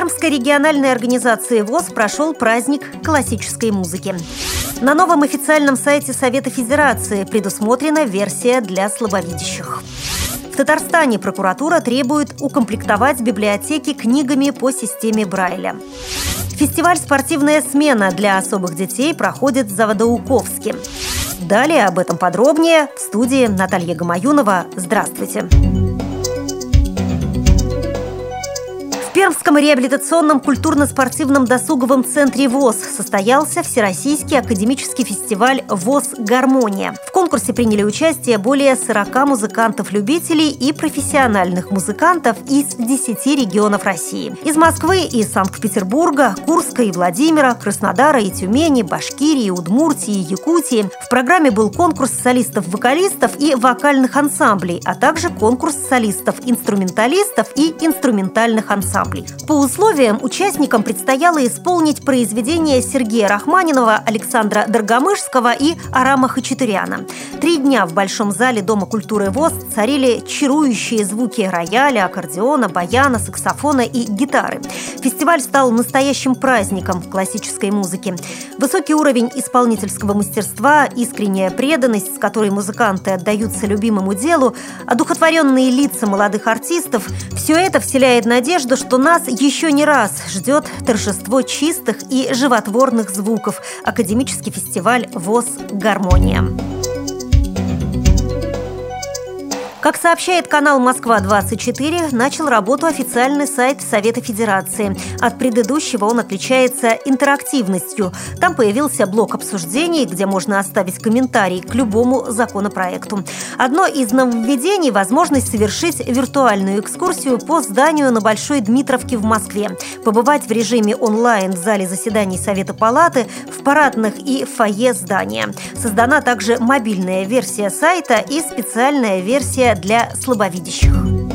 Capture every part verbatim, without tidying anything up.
Пермской региональной организации ВОС прошел праздник классической музыки. На новом официальном сайте Совета Федерации предусмотрена версия для слабовидящих. В Татарстане прокуратура требует укомплектовать библиотеки книгами по системе Брайля. Фестиваль «Спортивная смена» для особых детей проходит в Заводоуковске. Далее об этом подробнее в студии Наталья Гамаюнова. Здравствуйте! В Пермском реабилитационном культурно-спортивном досуговом центре ВОС состоялся Всероссийский академический фестиваль ВОС «Гармония». В конкурсе приняли участие более сорока музыкантов-любителей и профессиональных музыкантов из десяти регионов России. Из Москвы и Санкт-Петербурга, Курска и Владимира, Краснодара и Тюмени, Башкирии, Удмуртии и Якутии. В программе был конкурс солистов-вокалистов и вокальных ансамблей, а также конкурс солистов-инструменталистов и инструментальных ансамблей. По условиям участникам предстояло исполнить произведения Сергея Рахманинова, Александра Доргомышского и Арама Хачатуряна. Три дня в Большом зале Дома культуры ВОС царили чарующие звуки рояля, аккордеона, баяна, саксофона и гитары. Фестиваль стал настоящим праздником классической музыки. Высокий уровень исполнительского мастерства, искренняя преданность, с которой музыканты отдаются любимому делу, одухотворенные лица молодых артистов – все это вселяет надежду, что нас еще не раз ждет торжество чистых и животворных звуков – академический фестиваль ВОС «Гармония». Как сообщает канал «Москва-двадцать четыре», начал работу официальный сайт Совета Федерации. От предыдущего он отличается интерактивностью. Там появился блок обсуждений, где можно оставить комментарий к любому законопроекту. Одно из нововведений – возможность совершить виртуальную экскурсию по зданию на Большой Дмитровке в Москве, побывать в режиме онлайн в зале заседаний Совета Палаты, в парадных и фойе здания. Создана также мобильная версия сайта и специальная версия для слабовидящих.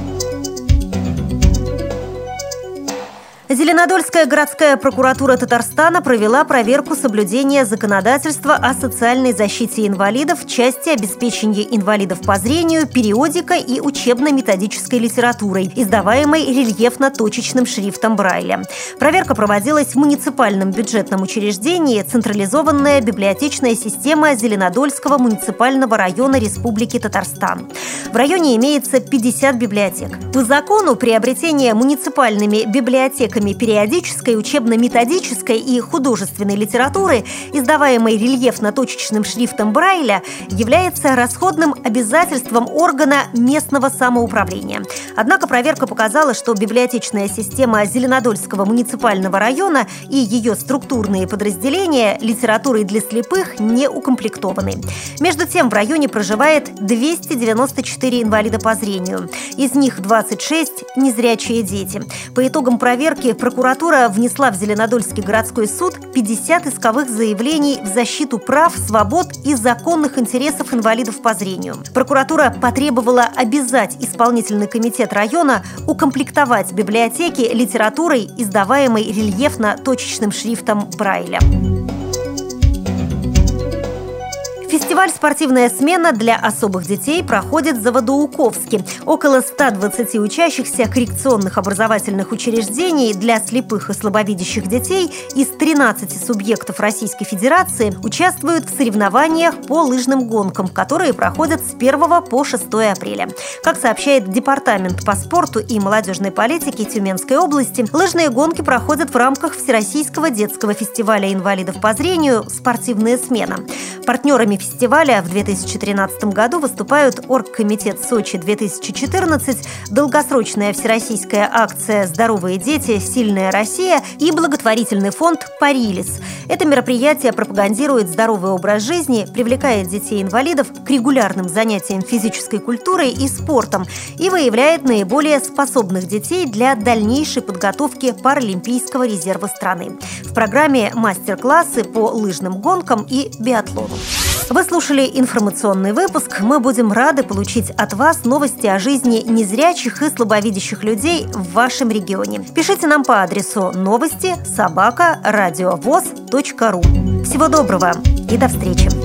Зеленодольская городская прокуратура Татарстана провела проверку соблюдения законодательства о социальной защите инвалидов в части обеспечения инвалидов по зрению периодикой и учебно-методической литературой, издаваемой рельефно-точечным шрифтом Брайля. Проверка проводилась в муниципальном бюджетном учреждении «Централизованная библиотечная система Зеленодольского муниципального района Республики Татарстан». В районе имеется пятьдесят библиотек. По закону приобретение муниципальными библиотеками периодической, учебно-методической и художественной литературы, издаваемой рельефно-точечным шрифтом Брайля, является расходным обязательством органа местного самоуправления. Однако проверка показала, что библиотечная система Зеленодольского муниципального района и ее структурные подразделения литературой для слепых не укомплектованы. Между тем, в районе проживает двести девяносто четыре инвалида по зрению. Из них двадцать шесть – незрячие дети. По итогам проверки прокуратура внесла в Зеленодольский городской суд пятьдесят исковых заявлений в защиту прав, свобод и законных интересов инвалидов по зрению. Прокуратура потребовала обязать исполнительный комитет района укомплектовать библиотеки литературой, издаваемой рельефно-точечным шрифтом Брайля. Фестиваль «Спортивная смена» для особых детей проходит в Заводоуковске. Около ста двадцати учащихся коррекционных образовательных учреждений для слепых и слабовидящих детей из тринадцати субъектов Российской Федерации участвуют в соревнованиях по лыжным гонкам, которые проходят с первого по шестое апреля. Как сообщает Департамент по спорту и молодежной политике Тюменской области, лыжные гонки проходят в рамках Всероссийского детского фестиваля инвалидов по зрению «Спортивная смена». Партнерами фестиваля в две тысячи тринадцатом году выступают Оргкомитет Сочи-две тысячи четырнадцать, долгосрочная всероссийская акция «Здоровые дети. Сильная Россия» и благотворительный фонд «Парилис». Это мероприятие пропагандирует здоровый образ жизни, привлекает детей-инвалидов к регулярным занятиям физической культурой и спортом и выявляет наиболее способных детей для дальнейшей подготовки паралимпийского резерва страны. В программе мастер-классы по лыжным гонкам и биатлону. Вы слушали информационный выпуск. Мы будем рады получить от вас новости о жизни незрячих и слабовидящих людей в вашем регионе. Пишите нам по адресу новости собака радиовоз точка ру. Всего доброго и до встречи!